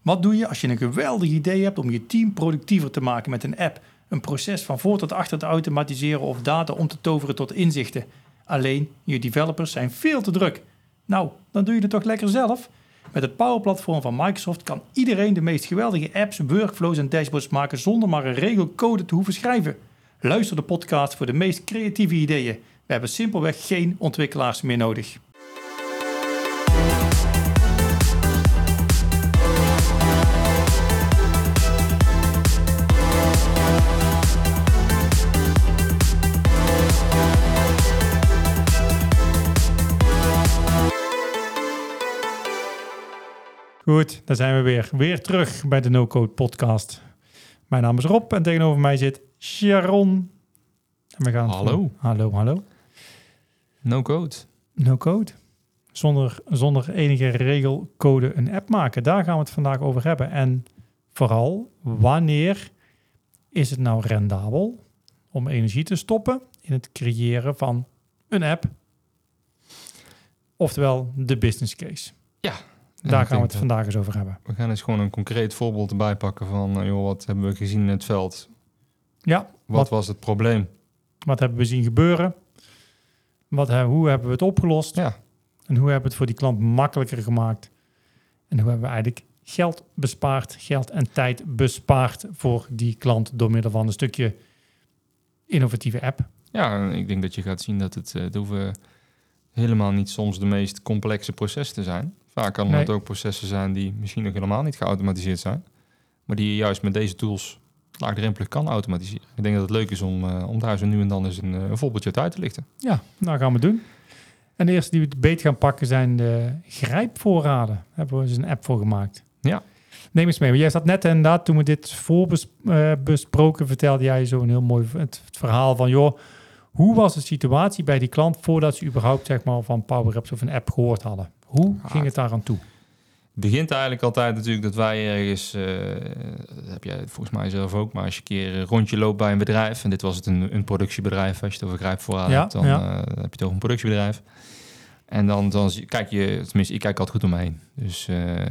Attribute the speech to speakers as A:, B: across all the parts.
A: Wat doe je als je een geweldig idee hebt om je team productiever te maken met een app, een proces van voor tot achter te automatiseren of data om te toveren tot inzichten? Alleen, je developers zijn veel te druk. Nou, dan doe je het toch lekker zelf? Met het Power Platform van Microsoft kan iedereen de meest geweldige apps, workflows en dashboards maken zonder maar een regel code te hoeven schrijven. Luister de podcast voor de meest creatieve ideeën. We hebben simpelweg geen ontwikkelaars meer nodig. Goed, daar zijn we weer. Weer terug bij de No Code podcast. Mijn naam is Rob en tegenover mij zit Sharon. En we gaan Hallo.
B: No code.
A: No code. Zonder enige regelcode een app maken. Daar gaan we het vandaag over hebben. En vooral, wanneer is het nou rendabel om energie te stoppen in het creëren van een app? Oftewel, de business case.
B: Ja.
A: Daar gaan we het vandaag eens over hebben.
B: We gaan eens gewoon een concreet voorbeeld erbij pakken van... wat hebben we gezien in het veld?
A: Ja.
B: Wat was het probleem?
A: Wat hebben we zien gebeuren? Hoe hebben we het opgelost?
B: Ja.
A: En hoe hebben we het voor die klant makkelijker gemaakt? En hoe hebben we eigenlijk geld bespaard, geld en tijd bespaard voor die klant door middel van een stukje innovatieve app?
B: Ja, en ik denk dat je gaat zien dat het hoeven helemaal niet soms de meest complexe processen te zijn. Vaak kan het ook processen zijn die misschien nog helemaal niet geautomatiseerd zijn. Maar die je juist met deze tools laagdrempelig kan automatiseren. Ik denk dat het leuk is om daar zo nu en dan eens een voorbeeldje uit te lichten.
A: Ja, nou gaan we doen. En de eerste die we beet gaan pakken zijn de grijpvoorraden. Daar hebben we dus een app voor gemaakt.
B: Ja.
A: Neem eens mee. Jij zat net inderdaad, toen we dit besproken, vertelde jij zo een heel mooi het verhaal van... hoe was de situatie bij die klant voordat ze überhaupt zeg maar, van Power Apps of een app gehoord hadden? Hoe ging het daar aan toe?
B: Het begint eigenlijk altijd natuurlijk dat wij ergens... dat heb jij volgens mij zelf ook, maar als je een keer een rondje loopt bij een bedrijf... en dit was het een productiebedrijf, als je het over grijpvoorraden hebt... dan heb je het over een productiebedrijf. En dan kijk je, tenminste ik kijk altijd goed om me heen. Dus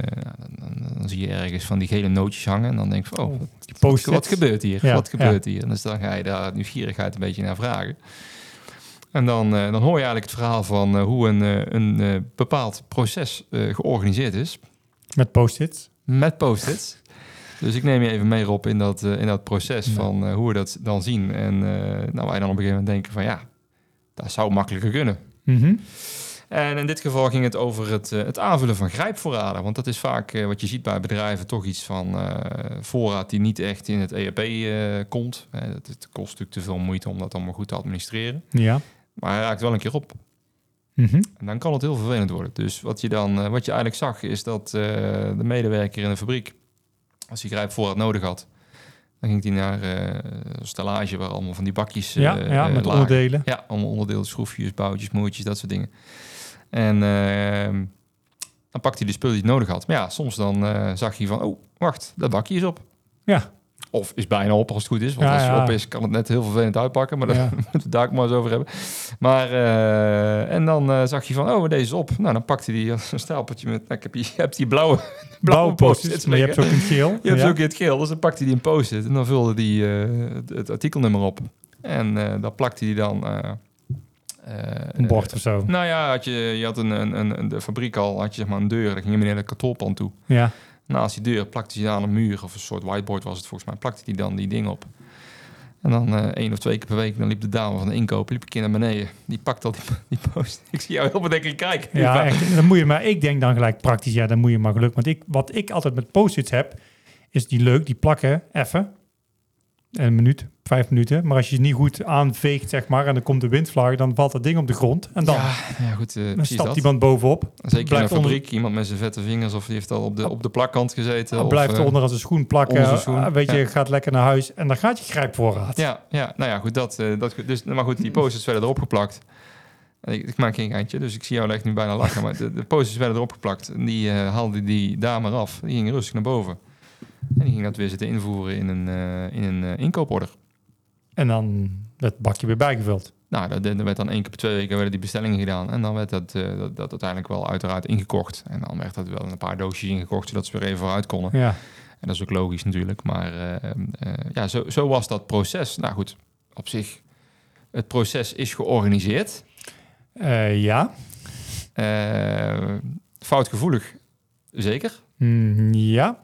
B: dan zie je ergens van die gele nootjes hangen... en dan denk je wat gebeurt hier?
A: Ja,
B: wat gebeurt hier? En dus dan ga je daar nieuwsgierigheid een beetje naar vragen... En dan hoor je eigenlijk het verhaal van hoe een bepaald proces georganiseerd is.
A: Met post-its?
B: Met post-its. Dus ik neem je even mee, Rob, in dat proces van hoe we dat dan zien. En wij dan op een gegeven moment denken van dat zou makkelijker kunnen.
A: Mm-hmm.
B: En in dit geval ging het over het aanvullen van grijpvoorraden. Want dat is vaak wat je ziet bij bedrijven toch iets van voorraad die niet echt in het ERP komt. Het kost natuurlijk te veel moeite om dat allemaal goed te administreren.
A: Ja.
B: Maar hij raakt wel een keer op.
A: Mm-hmm.
B: En dan kan het heel vervelend worden. Dus wat je eigenlijk zag, is dat de medewerker in de fabriek, als hij grijpvoorraad nodig had, dan ging hij naar een stellage waar allemaal van die bakjes
A: met
B: lagen.
A: onderdelen.
B: Ja, allemaal onderdelen, schroefjes, boutjes, moertjes, dat soort dingen. En dan pakte hij de spullen die hij nodig had. Maar ja, soms dan zag hij van, wacht, dat bakje is op.
A: Ja.
B: Of is bijna op als het goed is. Want als het op is, kan het net heel vervelend uitpakken. Maar daar moeten we het daar ook maar eens over hebben. Maar, en dan zag je van, deze is op. Nou, dan pakte hij een stapeltje met... je hebt die blauwe
A: post-its. Maar je hebt ook een geel.
B: Je hebt ook in het geel. Dus dan pakte hij een post-it. En dan vulde hij het artikelnummer op. En dan plakte hij dan...
A: een bord of zo.
B: Nou ja, je had de fabriek al, had je zeg maar een deur. Dan ging je naar de kantoorpand toe.
A: Ja.
B: Naast die deur plakte hij aan een muur of een soort whiteboard was het volgens mij. Plakte hij dan die ding op. En dan 1 of 2 keer per week, dan liep de dame van de inkoop, liep een keer naar beneden. Die pakt al die post. Ik zie jou heel bedenkelijk kijken.
A: Ja, echt, dan moet je maar. Ik denk dan gelijk praktisch, dan moet je maar geluk. Want wat ik altijd met post-its heb, is die leuk, die plakken even. Een minuut, 5 minuten. Maar als je het niet goed aanveegt, zeg maar, en dan komt de windvlaag, dan valt dat ding op de grond. En dan,
B: goed,
A: dan stapt iemand bovenop.
B: Zeker in een fabriek, iemand met zijn vette vingers, of die heeft al op de plakkant gezeten.
A: Of blijft onder als een schoen plakken. Weet je, gaat lekker naar huis en dan gaat je grijpvoorraad.
B: Ja, nou ja, goed, dus, maar goed, die post-its werden erop geplakt. Ik maak geen geintje, dus ik zie jou echt nu bijna lachen. Maar de post-its werden erop geplakt. En die haalde die dame eraf. Die ging rustig naar boven. En die ging dat weer zitten invoeren in een inkooporder.
A: En dan werd het bakje weer bijgevuld.
B: Nou, dat werd dan 1 keer per 2 weken werden die bestellingen gedaan. En dan werd dat uiteindelijk wel uiteraard ingekocht. En dan werd dat wel een paar doosjes ingekocht, zodat ze weer even vooruit konden.
A: Ja.
B: En dat is ook logisch natuurlijk. Maar zo was dat proces. Nou goed, op zich, het proces is georganiseerd.
A: Ja.
B: Foutgevoelig, zeker.
A: Ja.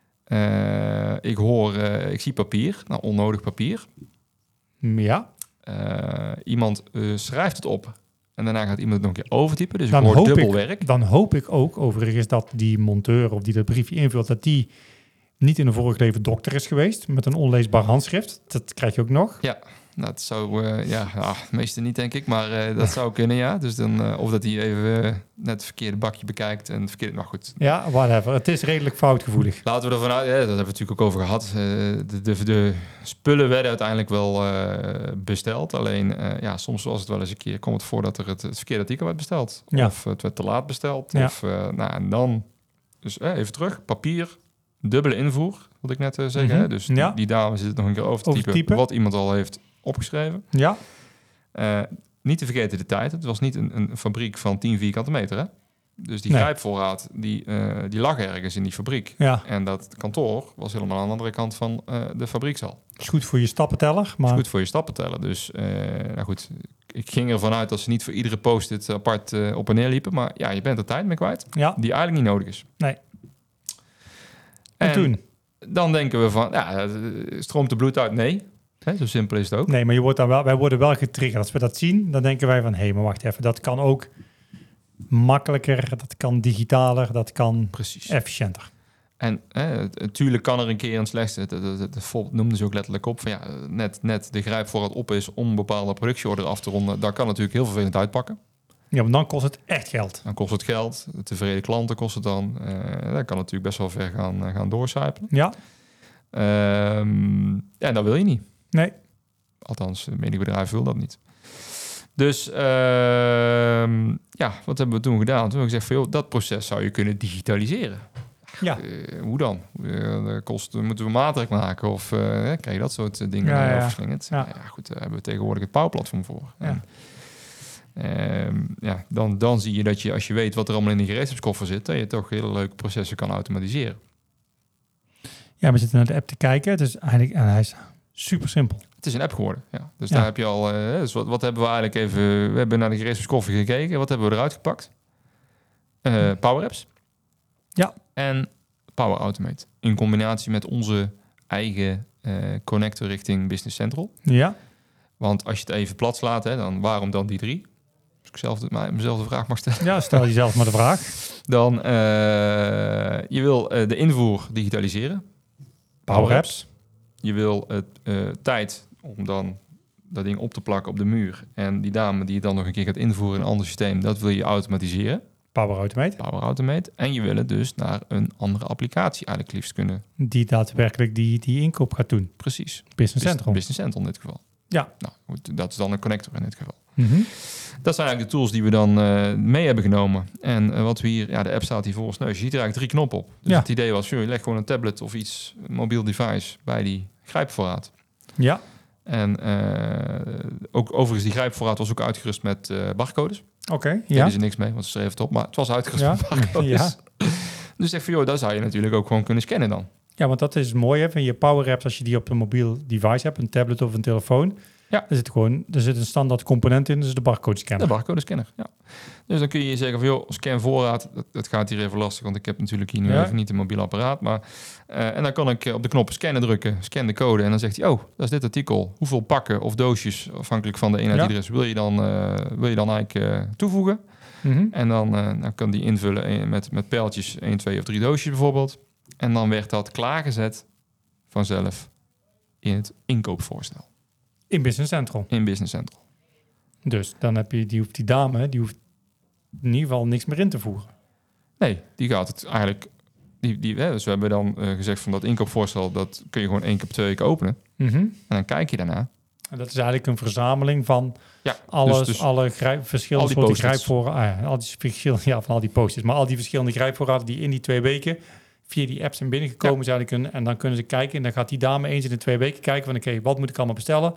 B: Ik zie papier, onnodig papier.
A: Ja.
B: Iemand schrijft het op en daarna gaat iemand het nog een keer overtypen. Dus ik hoor dubbel werk.
A: Dan hoop ik ook overigens dat die monteur of die dat briefje invult, dat die niet in een vorig leven dokter is geweest met een onleesbaar handschrift. Dat krijg je ook nog.
B: Ja, dat zou... meeste niet, denk ik. Maar dat zou kunnen, ja. Dus dan, of dat hij even net het verkeerde bakje bekijkt en het verkeerde... Nou goed.
A: Ja, whatever. Het is redelijk foutgevoelig.
B: Laten we ervan uit... Ja, dat hebben we natuurlijk ook over gehad. De spullen werden uiteindelijk wel besteld. Alleen, soms was het wel eens een keer... Komt het voor dat er het verkeerde artikel werd besteld.
A: Ja.
B: Of het werd te laat besteld.
A: Ja.
B: Of, en dan... Dus even terug. Papier... Dubbele invoer, wat ik net zeggen.
A: Mm-hmm.
B: Hè? Dus die dame zit het nog een keer over te typen wat iemand al heeft opgeschreven.
A: Ja.
B: Niet te vergeten de tijd. Het was niet een fabriek van 10 vierkante meter. Hè? Dus die grijpvoorraad, die lag ergens in die fabriek.
A: Ja.
B: En dat kantoor was helemaal aan de andere kant van de fabriekshal.
A: Is goed voor je stappenteller. Maar...
B: Is goed voor je stappenteller. Dus goed, ik ging ervan uit dat ze niet voor iedere post-it apart op en neer liepen. Maar ja, je bent er tijd mee kwijt.
A: Ja.
B: Die eigenlijk niet nodig is.
A: Nee. En toen?
B: Dan denken we van, stroomt de bloed uit? Nee. Hè, zo simpel is het ook.
A: Nee, maar wij worden wel getriggerd. Als we dat zien, dan denken wij van... hé, maar wacht even, dat kan ook makkelijker, dat kan digitaler, dat kan efficiënter.
B: En natuurlijk kan er een keer een slechtste... Dat noemden ze ook letterlijk op... van net de grijpvoorraad op is om een bepaalde productieorder af te ronden. Daar kan natuurlijk heel vervelend uitpakken.
A: Ja, maar dan kost het echt geld.
B: Dan kost het geld. De tevreden klanten kost het dan. Dat kan natuurlijk best wel ver gaan doorcijpelen.
A: Ja.
B: En dat wil je niet.
A: Nee.
B: Althans, menig bedrijf wil dat niet. Dus wat hebben we toen gedaan? Toen hebben we gezegd van, joh, dat proces zou je kunnen digitaliseren.
A: Ja.
B: Hoe dan? Moeten we maatwerk maken? Of krijg je dat soort dingen overslingerd?
A: Ja.
B: Goed, daar hebben we tegenwoordig het Power Platform voor. Ja. Dan zie je dat je, als je weet wat er allemaal in die gereedschapskoffer zit, dat je toch hele leuke processen kan automatiseren.
A: Ja, we zitten naar de app te kijken. Het is eigenlijk, en hij is super simpel.
B: Het is een app geworden, ja. Dus daar heb je al... dus wat hebben we eigenlijk even... We hebben naar de gereedschapskoffer gekeken. Wat hebben we eruit gepakt? Power Apps.
A: Ja.
B: En Power Automate. In combinatie met onze eigen connector richting Business Central.
A: Ja.
B: Want als je het even plat slaat, dan waarom dan die 3? Als ik mezelf de vraag mag stellen.
A: Ja, stel jezelf maar de vraag.
B: Dan, je wil de invoer digitaliseren.
A: Power Apps.
B: Je wil tijd om dan dat ding op te plakken op de muur. En die dame die het dan nog een keer gaat invoeren in een ander systeem, dat wil je automatiseren.
A: Power Automate.
B: Power Automate. En je wil het dus naar een andere applicatie eigenlijk liefst kunnen.
A: Die daadwerkelijk die inkoop gaat doen.
B: Precies.
A: Business Central.
B: Business Central in dit geval.
A: Ja.
B: Nou, dat is dan een connector in dit geval.
A: Mm-hmm.
B: Dat zijn eigenlijk de tools die we dan mee hebben genomen. En wat we hier... Ja, de app staat hier voor ons neus. Je ziet er eigenlijk 3 knoppen op. Dus het idee was, je legt gewoon een tablet of iets, een mobiel device, bij die grijpvoorraad.
A: Ja.
B: En ook overigens, die grijpvoorraad was ook uitgerust met barcodes.
A: Oké,
B: Daar deden ze niks mee, want ze schreven het op. Maar het was uitgerust met barcodes. Ja. Dus zeg van, joh, daar zou je natuurlijk ook gewoon kunnen scannen dan.
A: Ja, want dat is mooi, hè, van je Power Apps, als je die op een mobiel device hebt, een tablet of een telefoon. Ja. Er zit een standaard component in, dus de barcode scanner.
B: De barcode scanner, ja. Dus dan kun je zeggen van, joh, scan voorraad. Dat gaat hier even lastig, want ik heb natuurlijk hier nu even niet een mobiel apparaat. Maar, en dan kan ik op de knop scannen drukken, scan de code. En dan zegt hij, oh, dat is dit artikel. Hoeveel pakken of doosjes, afhankelijk van de eenheid die er is, wil je dan eigenlijk toevoegen. Mm-hmm. En dan kan die invullen met pijltjes 1, 2 of 3 doosjes bijvoorbeeld. En dan werd dat klaargezet vanzelf in het inkoopvoorstel.
A: In Business Central.
B: In Business Central.
A: Dus dan heb je, die dame, die hoeft in ieder geval niks meer in te voeren.
B: Nee, die gaat het eigenlijk... Dus we hebben dan gezegd van dat inkoopvoorstel, dat kun je gewoon 1 keer per 2 weken openen. Mm-hmm. En dan kijk je daarna.
A: En dat is eigenlijk een verzameling van alle verschillende soorten grijpvoorraden. Al die verschillende, van al die post-its. Maar al die verschillende grijpvoorraden die in die 2 weken via die apps zijn binnengekomen. En dan kunnen ze kijken. En dan gaat die dame eens in de 2 weken kijken van oké, wat moet ik allemaal bestellen?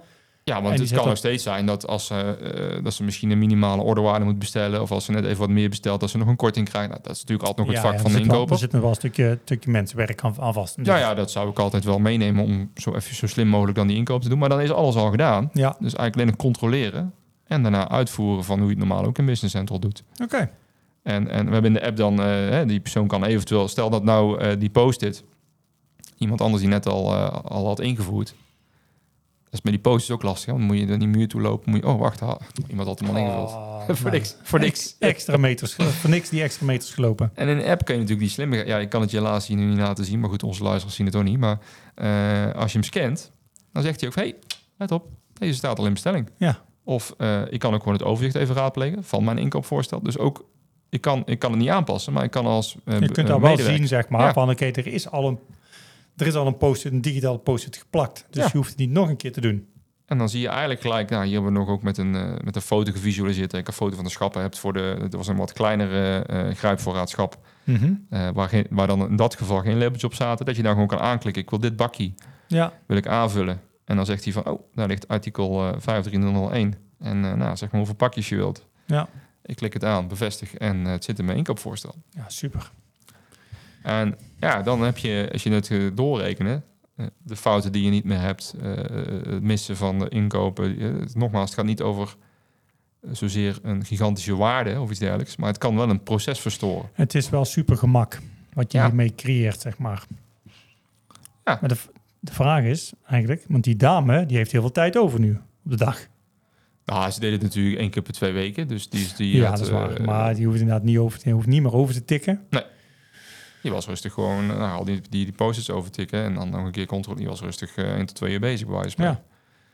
B: Ja, want het kan nog steeds zijn dat als dat ze misschien een minimale orderwaarde moet bestellen, of als ze net even wat meer bestelt, dat ze nog een korting krijgen. Nou, dat is natuurlijk altijd nog het vak van de inkoper.
A: Er zit nog wel een stukje mensenwerk aan vast.
B: Ja, dat zou ik altijd wel meenemen om zo slim mogelijk dan die inkoop te doen. Maar dan is alles al gedaan. Ja. Dus eigenlijk alleen nog controleren en daarna uitvoeren van hoe je het normaal ook in Business Central doet.
A: Oké.
B: En we hebben in de app dan, die persoon kan eventueel, stel dat nou die post-it, iemand anders die net al had ingevoerd. Dat is met die post ook lastig. Hè? Dan moet je naar die muur toe lopen. Moet je, wacht, iemand had hem al ingevuld. voor niks.
A: Extra meters. Voor niks die extra meters gelopen.
B: En in een app kun je natuurlijk die slimme... Ja, ik kan het je helaas hier nu niet laten zien. Maar goed, onze luisteraars zien het ook niet. Maar als je hem scant, dan zegt hij ook... Hey, let op, deze staat al in bestelling.
A: Ja.
B: Of ik kan ook gewoon het overzicht even raadplegen van mijn inkoopvoorstel. Dus ook, ik kan het niet aanpassen, maar ik kan als
A: je kunt daar wel zien, zeg maar, van oké, er is al een post-it, een digitale post-it geplakt. Dus je hoeft het niet nog een keer te doen.
B: En dan zie je eigenlijk gelijk, hier hebben we nog ook met een foto gevisualiseerd. Ik een foto van de schappen hebt dat was een wat kleinere grijpvoorraadschap.
A: Mm-hmm.
B: Waar dan in dat geval geen labeltje op zaten. Dat je daar gewoon kan aanklikken. Ik wil dit bakje, wil ik aanvullen. En dan zegt hij van, daar ligt artikel 53001. En zeg maar hoeveel pakjes je wilt.
A: Ja.
B: Ik klik het aan, bevestig en het zit in mijn inkoopvoorstel.
A: Ja, super.
B: En dan heb je, als je het doorrekenen, de fouten die je niet meer hebt, het missen van de inkopen. Nogmaals, het gaat niet over zozeer een gigantische waarde of iets dergelijks, maar het kan wel een proces verstoren.
A: Het is wel super gemak wat je hiermee creëert, zeg maar. Ja. Maar de vraag is eigenlijk, want die dame die heeft heel veel tijd over nu op de dag.
B: Nou, ze deed het natuurlijk 1 keer per 2 weken, dus die
A: ja, dat is waar. Maar die hoeft inderdaad niet meer over te tikken.
B: Nee. Die was rustig gewoon al die post-its overtikken en dan nog een keer controleren. Die was rustig 1 tot 2 uur bezig bij wijze van spreken.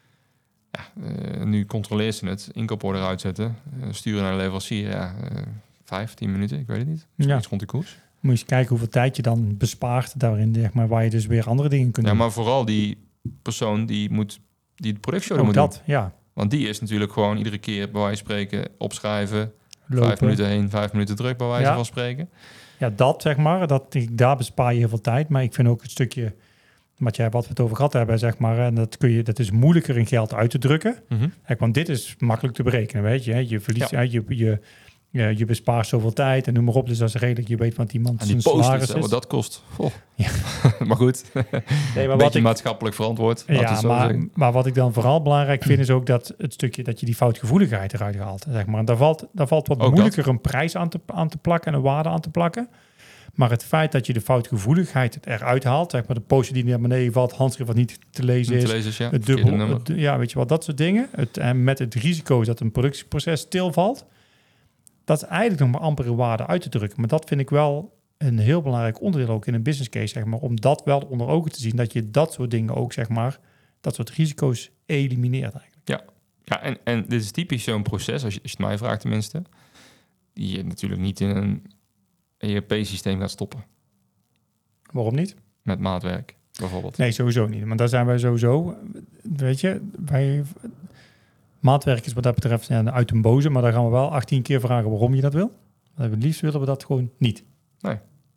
B: Nu controleert ze het, inkooporder uitzetten, sturen naar de leverancier. 5-10 minuten, ik weet het niet. Iets rond die koers.
A: Moet je eens kijken hoeveel tijd je dan bespaart daarin, zeg maar, waar je dus weer andere dingen kunt doen.
B: Ja, maar vooral die persoon die de productie moet doen.
A: Ja.
B: Want die is natuurlijk gewoon iedere keer bij wijze van spreken opschrijven. Lopen. 5 minuten heen, 5 minuten terug bij wijze van spreken.
A: Ja, dat zeg maar, daar bespaar je heel veel tijd. Maar ik vind ook het stukje, wat we het over gehad hebben, zeg maar, en dat is moeilijker in geld uit te drukken.
B: Mm-hmm.
A: Kijk, want dit is makkelijk te berekenen, weet je. Je verliest, je bespaart zoveel tijd en noem maar op. Dus dat is redelijk, je weet wat iemand zijn salaris is.
B: Wat dat kost. Ja. Maar goed, een beetje maatschappelijk verantwoord.
A: Ja, maar wat ik dan vooral belangrijk vind, is ook dat het stukje dat je die foutgevoeligheid eruit haalt. Zeg maar. En daar valt wat ook moeilijker een prijs aan te plakken en een waarde aan te plakken. Maar het feit dat je de foutgevoeligheid eruit haalt, zeg maar de post die naar beneden valt, handschrift wat niet te lezen is, het dubbel, weet je wat, dat soort dingen. En met het risico dat een productieproces stilvalt, dat is eigenlijk nog maar amper een waarde uit te drukken. Maar dat vind ik wel een heel belangrijk onderdeel ook in een business case, zeg maar, om dat wel onder ogen te zien, dat je dat soort dingen ook, zeg maar, dat soort risico's elimineert eigenlijk.
B: Ja, en dit is typisch zo'n proces, als je het mij vraagt tenminste, die je natuurlijk niet in een ERP-systeem gaat stoppen.
A: Waarom niet?
B: Met maatwerk, bijvoorbeeld.
A: Nee, sowieso niet. Want daar zijn wij sowieso, weet je, maatwerk is wat dat betreft uit een boze, maar daar gaan we wel 18 keer vragen waarom je dat wil. Het liefst willen we dat gewoon niet.
B: Nee.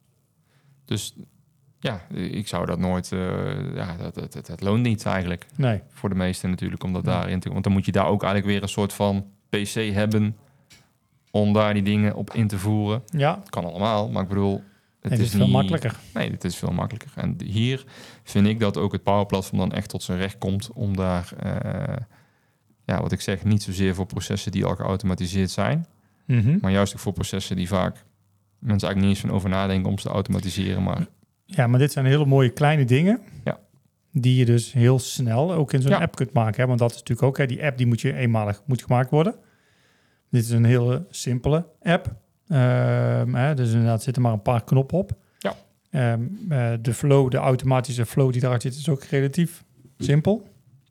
B: Dus ik zou dat nooit... het loont niet eigenlijk.
A: Nee.
B: Voor de meesten natuurlijk, om dat daarin te... Want dan moet je daar ook eigenlijk weer een soort van PC hebben om daar die dingen op in te voeren.
A: Ja.
B: Het kan allemaal, maar ik bedoel...
A: Het is veel makkelijker.
B: Nee, het is veel makkelijker. En hier vind ik dat ook het Power Platform dan echt tot zijn recht komt om daar... wat ik zeg, niet zozeer voor processen die al geautomatiseerd zijn, maar juist ook voor processen die vaak mensen eigenlijk niet eens van over nadenken om ze te automatiseren. Maar
A: dit zijn hele mooie kleine dingen die je dus heel snel ook in zo'n app kunt maken. Hè? Want dat is natuurlijk ook, die app die moet eenmalig gemaakt worden. Dit is een hele simpele app. Dus inderdaad zitten maar een paar knoppen op.
B: Ja.
A: De automatische flow die eruit zit, is ook relatief simpel.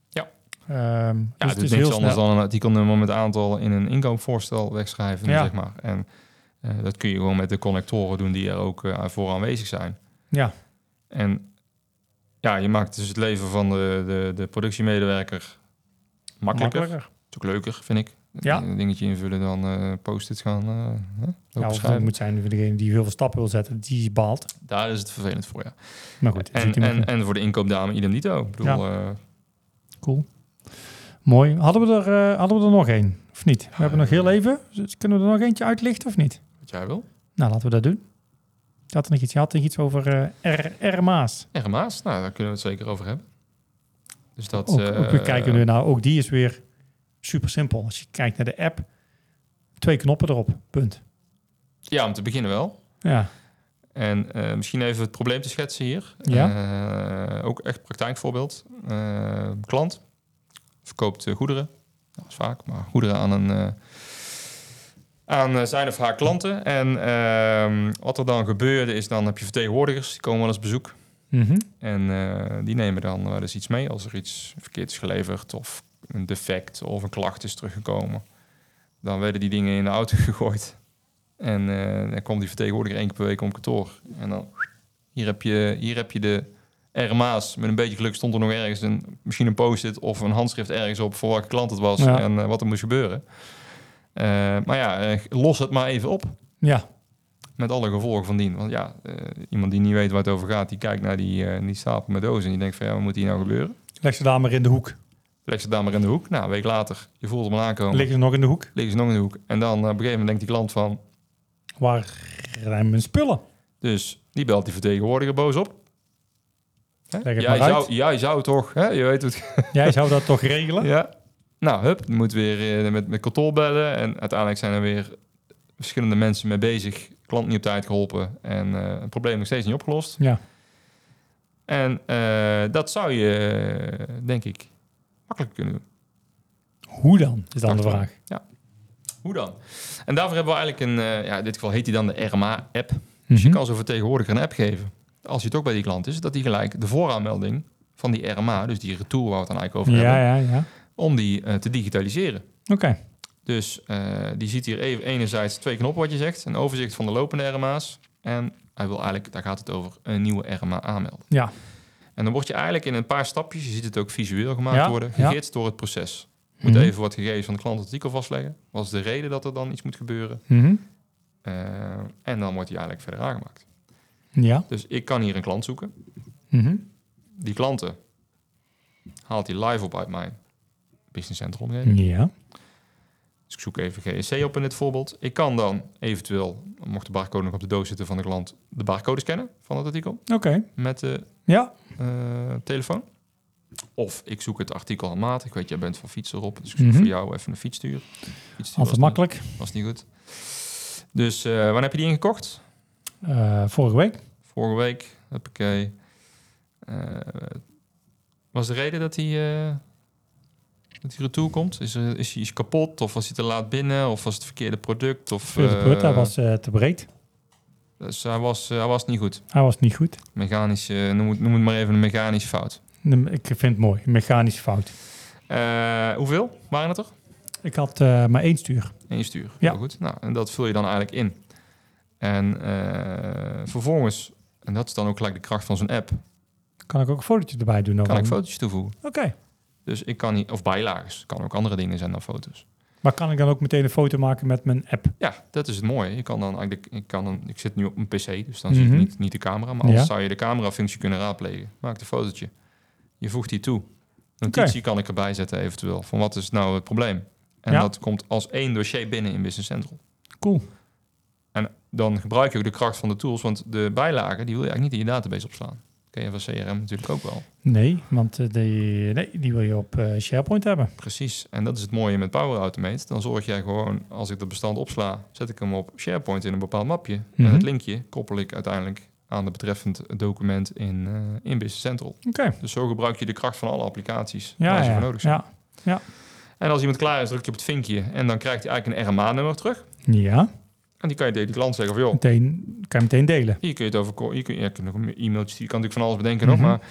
B: Dus het is niks anders dan een artikelnummer met aantal in een inkoopvoorstel wegschrijven, zeg maar. En dat kun je gewoon met de connectoren doen die er ook voor aanwezig zijn. Ja. En je maakt dus het leven van de productiemedewerker makkelijker. Het is ook leuker, vind ik. Een dingetje invullen dan post-its gaan
A: of het moet zijn voor degene die heel veel stappen wil zetten, die baalt.
B: Daar is het vervelend voor, ja.
A: Maar goed.
B: En voor de inkoopdame idem dito. Ik bedoel,
A: cool. Mooi. Hadden we er nog één, of niet? We hebben nog heel even. Dus kunnen we er nog eentje uitlichten, of niet?
B: Wat jij wil?
A: Nou, laten we dat doen. Je had nog iets over RMA's.
B: RMA's? Nou, daar kunnen we het zeker over hebben. Dus dat...
A: Ook we kijken nu naar... Ook die is weer super simpel. Als je kijkt naar de app, 2 knoppen erop. Punt.
B: Ja, om te beginnen wel.
A: Ja.
B: En misschien even het probleem te schetsen hier.
A: Ja.
B: Ook echt praktijkvoorbeeld. Klant verkoopt goederen. Dat is vaak, maar goederen aan zijn of haar klanten. En wat er dan gebeurde is, dan heb je vertegenwoordigers. Die komen wel eens bezoek.
A: Mm-hmm.
B: En die nemen dan wel eens iets mee als er iets verkeerd is geleverd of een defect of een klacht is teruggekomen. Dan werden die dingen in de auto gegooid. En dan komt die vertegenwoordiger 1 keer per week om kantoor. En dan, hier heb je de RMA's. Met een beetje geluk stond er nog ergens misschien een post-it of een handschrift ergens op voor welke klant het was en wat er moest gebeuren. Maar ja, los het maar even op.
A: Ja.
B: Met alle gevolgen van dien. Want ja, iemand die niet weet waar het over gaat, die kijkt naar die stapel met dozen en die denkt van ja, wat moet hier nou gebeuren?
A: Leg ze daar maar in de hoek.
B: Leg ze daar maar in de hoek. Nou, een week later, je voelt hem al aankomen.
A: Liggen ze nog in de hoek?
B: Liggen ze nog in de hoek. En dan op een gegeven moment denkt die klant van...
A: Waar zijn mijn spullen?
B: Dus die belt die vertegenwoordiger boos op.
A: Jij
B: zou toch, hè? Je weet het.
A: Jij zou dat toch regelen?
B: Ja. Nou, hup, je moet weer met kantoor bellen. En uiteindelijk zijn er weer verschillende mensen mee bezig. Klant niet op tijd geholpen. En het probleem nog steeds niet opgelost.
A: Ja.
B: En dat zou je, denk ik, makkelijk kunnen doen.
A: Hoe dan, is dan de vraag.
B: Ja. Hoe dan? En daarvoor hebben we eigenlijk in dit geval heet die dan de RMA-app. Dus
A: Mm-hmm.
B: je kan zo vertegenwoordiger een app geven. Als je toch bij die klant is, dat die gelijk de vooraanmelding van die RMA, dus die retour waar we het dan eigenlijk over hebben,
A: Ja.
B: om die te digitaliseren.
A: Oké.
B: Dus die ziet hier even enerzijds 2 knoppen wat je zegt, een overzicht van de lopende RMA's. En hij wil eigenlijk, daar gaat het over, een nieuwe RMA aanmelden.
A: Ja.
B: En dan word je eigenlijk in een paar stapjes, je ziet het ook visueel gemaakt worden, gegidst door het proces. Je moet even wat gegevens van de klant op het artikel vastleggen. Wat is de reden dat er dan iets moet gebeuren?
A: Mm-hmm.
B: En dan wordt die eigenlijk verder aangemaakt.
A: Ja.
B: Dus ik kan hier een klant zoeken.
A: Mm-hmm.
B: Die klanten haalt hij live op uit mijn Business Central omgeving.
A: Ja.
B: Dus ik zoek even GSC op in dit voorbeeld. Ik kan dan eventueel, mocht de barcode nog op de doos zitten van de klant, de barcode scannen van het artikel.
A: Oké.
B: Met de telefoon. Of ik zoek het artikel handmatig. Ik weet, jij bent van fiets erop. Dus ik zoek voor jou even een fietsstuur.
A: Altijd makkelijk.
B: Was niet goed. Dus wanneer heb je die ingekocht?
A: Vorige week.
B: Vorige week. Hoppakee. Was de reden dat die retour komt? Is hij kapot? Of was hij te laat binnen? Of was het verkeerde product? Of,
A: hij was te breed.
B: Dus hij was niet goed.
A: Hij was niet goed.
B: Mechanisch, noem het maar even een mechanische fout.
A: Ik vind het mooi. Een mechanische fout.
B: Hoeveel waren het er?
A: Ik had maar 1 stuur.
B: 1 stuur.
A: Ja.
B: Heel goed. Nou, en dat vul je dan eigenlijk in. En vervolgens, en dat is dan ook gelijk de kracht van zo'n app,
A: Kan ik ook een fotootje erbij doen?
B: kan ik fotootjes toevoegen.
A: Oké.
B: Dus ik kan niet, of bijlagen, kan ook andere dingen zijn dan foto's.
A: Maar kan ik dan ook meteen een foto maken met mijn app?
B: Ja, dat is het mooie. Je kan dan eigenlijk, ik zit nu op een PC, dus dan zie ik niet de camera, maar anders zou je de camera-functie kunnen raadplegen. Maak een fotootje. Je voegt die toe. Notitie kan ik erbij zetten eventueel. Van wat is nou het probleem? En dat komt als 1 dossier binnen in Business Central.
A: Cool.
B: En dan gebruik je ook de kracht van de tools, want de bijlagen die wil je eigenlijk niet in je database opslaan. Ken je van CRM natuurlijk ook wel.
A: Nee, want die wil je op SharePoint hebben.
B: Precies. En dat is het mooie met Power Automate. Dan zorg jij gewoon, als ik dat bestand opsla, zet ik hem op SharePoint in een bepaald mapje. En het linkje koppel ik uiteindelijk aan het betreffend document in Business Central.
A: Oké.
B: Dus zo gebruik je de kracht van alle applicaties waar ze voor nodig zijn.
A: Ja.
B: En als iemand klaar is, druk je op het vinkje en dan krijgt hij eigenlijk een RMA-nummer terug.
A: Ja.
B: En die kan je tegen de klant zeggen van, joh,
A: kan je meteen delen.
B: hier kun je het over... Je kunt nog een e-mailtje, je kan natuurlijk van alles bedenken nog, maar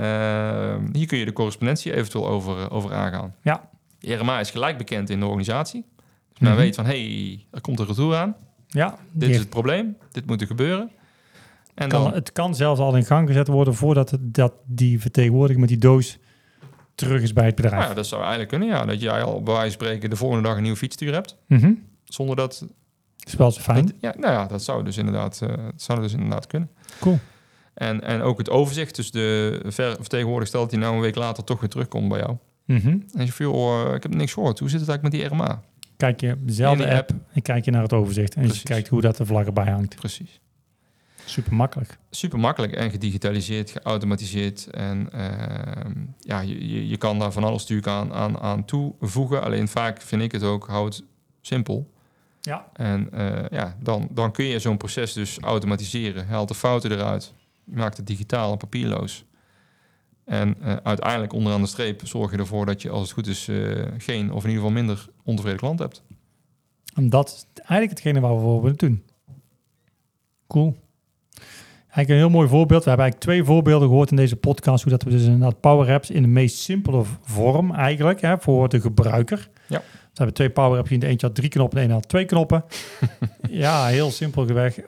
B: hier kun je de correspondentie eventueel over aangaan. Ja. De RMA is gelijk bekend in de organisatie. Dus men weet van, er komt een retour aan.
A: Ja.
B: Dit is het probleem. Dit moet er gebeuren. En
A: het kan zelfs al in gang gezet worden voordat die vertegenwoordiger met die doos terug is bij het bedrijf.
B: Nou ja, dat zou eigenlijk kunnen, ja. Dat jij al bij wijze van spreken de volgende dag een nieuwe fietsstuur hebt. Zonder dat...
A: Dat is wel zo fijn.
B: Dat zou dus inderdaad kunnen.
A: Cool.
B: En ook het overzicht. Dus de vertegenwoordiger stelt dat hij nou een week later toch weer terugkomt bij jou. En je van, ik heb niks gehoord. Hoe zit het eigenlijk met die RMA?
A: Kijk je dezelfde app en kijk je naar het overzicht. En je kijkt hoe dat de vlag erbij hangt.
B: Precies.
A: Super makkelijk.
B: Super makkelijk en gedigitaliseerd, geautomatiseerd. En je kan daar van alles natuurlijk aan toevoegen. Alleen vaak vind ik het ook, hou het simpel.
A: Ja.
B: En dan kun je zo'n proces dus automatiseren. Haalt de fouten eruit. Maakt het digitaal en papierloos. En uiteindelijk onderaan de streep zorg je ervoor dat je, als het goed is, geen of in ieder geval minder ontevreden klant hebt.
A: En dat is eigenlijk hetgene waar we voor willen doen. Cool. Eigenlijk een heel mooi voorbeeld. We hebben eigenlijk 2 voorbeelden gehoord in deze podcast. Hoe dat we dus inderdaad Power Apps in de meest simpele vorm eigenlijk voor de gebruiker.
B: Ja.
A: We hebben 2 Power Apps. Eentje had 3 knoppen en één had 2 knoppen. Ja, heel simpelweg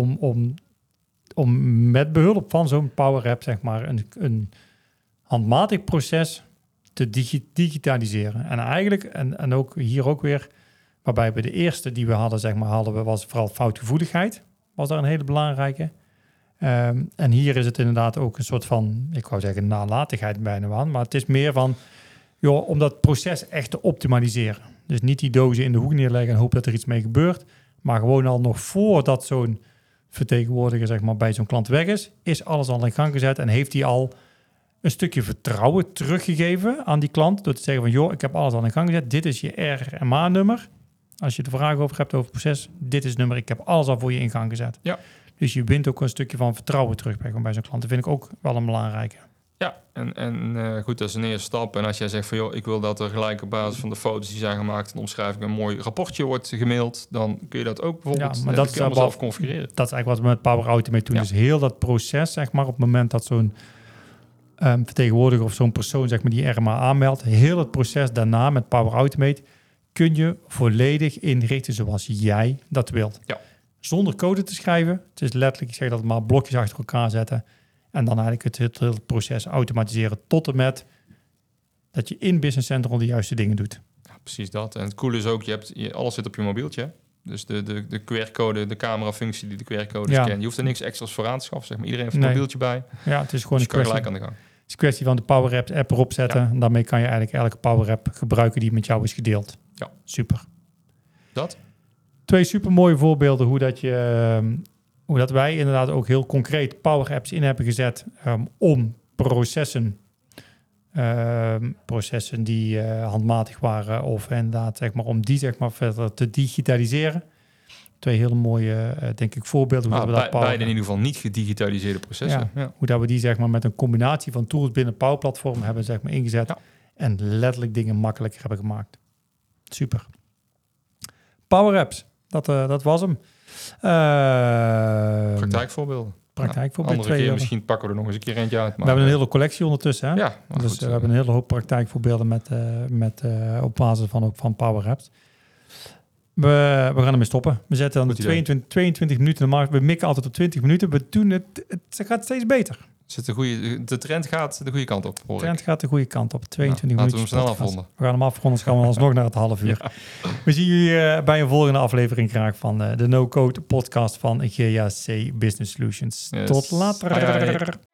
A: om met behulp van zo'n Power App zeg maar een handmatig proces te digitaliseren. En eigenlijk, en ook hier ook weer, waarbij we de eerste die we hadden, zeg maar, was vooral foutgevoeligheid. Was daar een hele belangrijke. En hier is het inderdaad ook een soort van, ik wou zeggen nalatigheid bijna aan, maar het is meer van, om dat proces echt te optimaliseren. Dus niet die dozen in de hoek neerleggen en hopen dat er iets mee gebeurt, maar gewoon al nog voordat zo'n vertegenwoordiger zeg maar bij zo'n klant weg is alles al in gang gezet en heeft hij al een stukje vertrouwen teruggegeven aan die klant door te zeggen van, ik heb alles al in gang gezet, dit is je RMA-nummer. Als je de vraag over hebt over het proces, dit is het nummer, ik heb alles al voor je in gang gezet.
B: Ja.
A: Dus je wint ook een stukje van vertrouwen terug bij zo'n klant. Dat vind ik ook wel een belangrijke.
B: Ja, en goed, dat is een eerste stap. En als jij zegt van, ik wil dat er gelijk op basis van de foto's die zijn gemaakt en omschrijving een mooi rapportje wordt gemaild, dan kun je dat ook bijvoorbeeld
A: maar dat
B: is zelf configureren.
A: Dat is eigenlijk wat we met Power Automate doen. Ja. Dus heel dat proces, zeg maar, op het moment dat zo'n vertegenwoordiger of zo'n persoon, zeg maar, die RMA aanmeldt, heel het proces daarna met Power Automate kun je volledig inrichten zoals jij dat wilt.
B: Ja.
A: Zonder code te schrijven. Het is letterlijk, ik zeg dat maar, blokjes achter elkaar zetten. En dan eigenlijk het proces automatiseren tot en met dat je in Business Central de juiste dingen doet.
B: Ja, precies dat. En het coole is ook, alles zit op je mobieltje. Dus de QR-code, de camera-functie die de QR-code scant. Je hoeft er niks extra's voor aan te schaffen. Zeg maar. Iedereen heeft een mobieltje bij.
A: Ja, het is gewoon
B: dus je kan gelijk aan de gang.
A: Het is een kwestie van de Power Apps app erop zetten. Ja. En daarmee kan je eigenlijk elke Power App gebruiken die met jou is gedeeld.
B: Ja.
A: Super.
B: Dat?
A: 2 super mooie voorbeelden hoe dat wij inderdaad ook heel concreet Power Apps in hebben gezet om processen die handmatig waren of inderdaad zeg maar om die zeg maar verder te digitaliseren. 2 hele mooie denk ik voorbeelden. Hoe dat we
B: beide in ieder geval niet gedigitaliseerde processen.
A: Ja. Hoe dat we die zeg maar met een combinatie van tools binnen Power Platform hebben zeg maar ingezet en letterlijk dingen makkelijker hebben gemaakt. Super. Power Apps. Dat was hem.
B: Praktijkvoorbeelden.
A: Praktijkvoorbeelden.
B: Andere keer misschien pakken we er nog eens een keer eentje uit. Maar
A: we hebben een hele collectie ondertussen. Hè?
B: Ja,
A: dus goed, we hebben een hele hoop praktijkvoorbeelden met op basis van ook van Power Apps. We gaan ermee stoppen. We zetten dan 22 minuten in de markt. We mikken altijd op 20 minuten. We doen het gaat steeds beter.
B: De trend gaat de goede kant op.
A: De trend gaat de goede kant op. 22 minuten.
B: Laten we hem snel afronden.
A: We gaan hem afronden. Dus gaan we alsnog naar het half uur. Ja. We zien jullie bij een volgende aflevering graag van de No Code podcast van GAC Business Solutions. Yes. Tot later.
B: Bye.